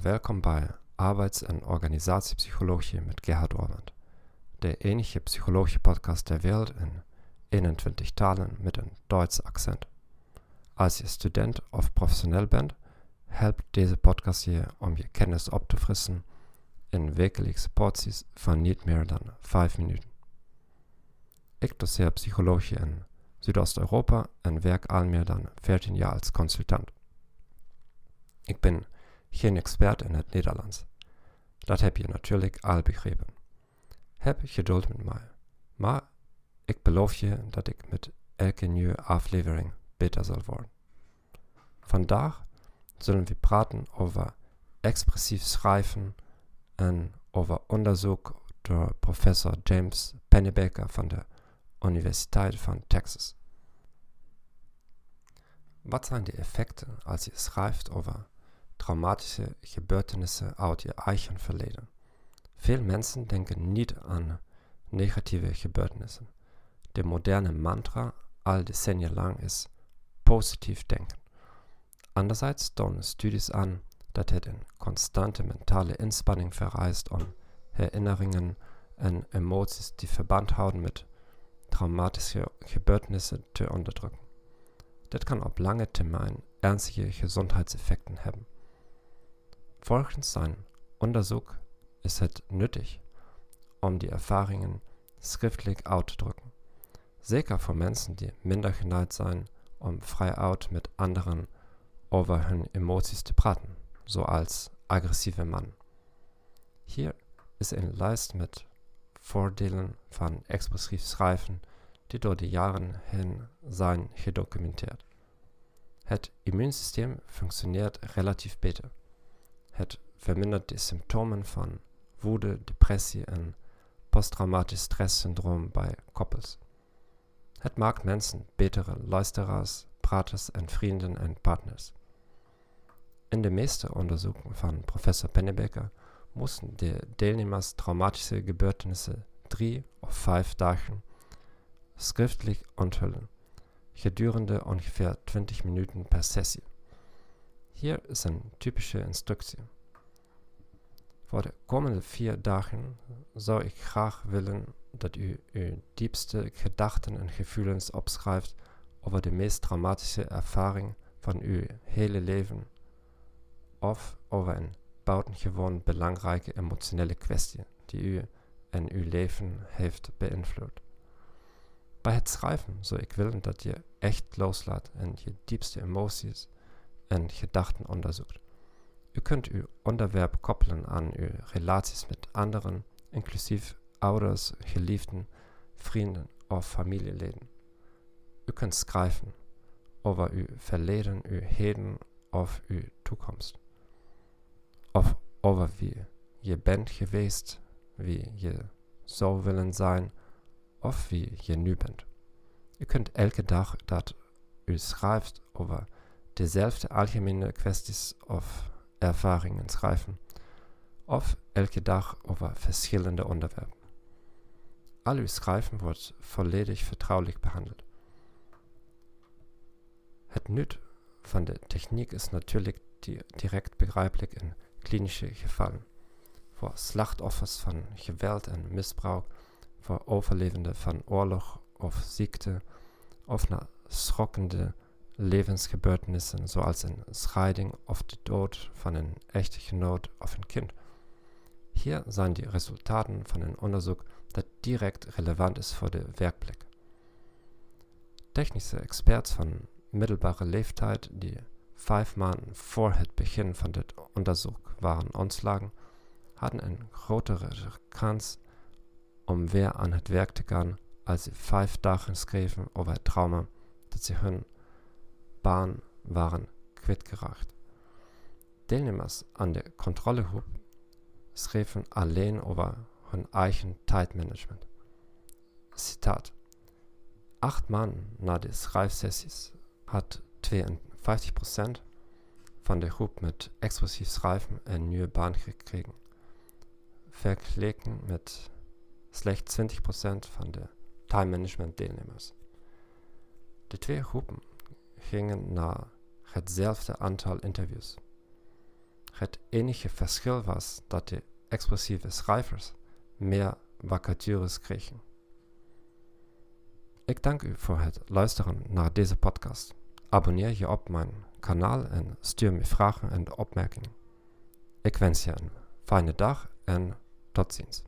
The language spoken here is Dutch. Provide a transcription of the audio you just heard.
welkom bij Arbeids- en Organisatiepsychologie met Gerhard Orwand, de enige psychologie-podcast der wereld in 21 talen met een Duits accent. Als je student of professioneel bent, helpt deze podcast je om je kennis op te frissen in wekelijkse porties van niet meer dan 5 minuten. Ik doseer psychologie in Zuidoost-Europa en werk al meer dan 14 jaar als consultant. Ik ben geen expert in het Nederlands. Dat heb je natuurlijk al begrepen. Heb geduld met mij, maar ik beloof je dat ik met elke nieuwe aflevering beter zal worden. Vandaag zullen we praten over expressief schrijven en over onderzoek door professor James Pennebaker van de Universiteit van Texas. Wat zijn de effecten als je schrijft over traumatische gebeurtenissen uit je eigen verleden? Veel mensen denken niet aan negatieve gebeurtenissen. De moderne mantra al decennia lang is positief denken. Anderzijds tonen studies aan dat het een constante mentale inspanning vereist om herinneringen en emoties die verband houden met traumatische gebeurtenissen te onderdrukken. Dit kan op lange termijn ernstige gezondheidseffecten hebben. Volgens zijn onderzoek is het nuttig om die ervaringen schriftelijk uit te drukken. Zeker voor mensen die minder geneigd zijn om vrijuit met anderen over hun emoties te praten, zoals agressieve man. Hier is een lijst met voordelen van expressief schrijven die door de jaren heen zijn gedocumenteerd. Het immuunsysteem functioneert relatief beter. Het vermindert de symptomen van woede, depressie en posttraumatisch stresssyndroom bij koppels. Het maakt mensen betere luisteraars, praters en vrienden en partners. In de meeste onderzoeken van professor Pennebaker moesten de deelnemers traumatische gebeurtenissen 3 of 5 dagen schriftelijk onthullen, gedurende ongeveer 20 minuten per sessie. Hier is een typische instructie. Voor de komende 4 dagen zou ik graag willen dat u uw diepste gedachten en gevoelens opschrijft over de meest traumatische ervaring van uw hele leven of over een buitengewoon belangrijke emotionele kwestie die u en uw leven heeft beïnvloed. Bij het schrijven zou ik willen dat je echt loslaat en je diepste emoties en gedachten onderzoekt. U kunt uw onderwerp koppelen aan uw relaties met anderen, inclusief ouders, geliefden, vrienden of familieleden. U kunt schrijven over uw verleden, uw heden of uw toekomst. Of over wie je bent geweest, wie je zou willen zijn of wie je nu bent. U kunt elke dag dat u schrijft over dezelfde algemene kwesties of ervaringen schrijven, of elke dag over verschillende onderwerpen. Al uw schrijven wordt volledig vertrouwelijk behandeld. Het nut van de techniek is natuurlijk direct begrijpelijk in klinische gevallen. Voor slachtoffers van geweld en misbruik, voor overlevenden van oorlog of ziekte, of na schokkende levensgebeurtenissen zoals een scheiding of de dood van een echtgenoot of een kind. Hier zijn de resultaten van een onderzoek dat direct relevant is voor de werkplek. Technische experts van middelbare leeftijd die 5 maanden voor het begin van dit onderzoek waren ontslagen, hadden een grotere kans om weer aan het werk te gaan als ze 5 dagen schreven over het trauma dat ze hun baan waren kwijtgeraakt. Deelnemers aan de controlegroep schreven alleen over hun eigen tijdmanagement. Citaat: 8 maanden na de schrijfsessies had 52% van de groep met expressief schrijven een nieuwe baan gekregen, vergeleken met slechts 20% van de time management deelnemers. De 2 groepen gingen naar hetzelfde aantal interviews. Het enige verschil was dat de expressieve schrijvers meer vacatures kregen. Ik dank u voor het luisteren naar deze podcast. Abonneer je op mijn kanaal en stuur me vragen en opmerkingen. Ik wens je een fijne dag en tot ziens.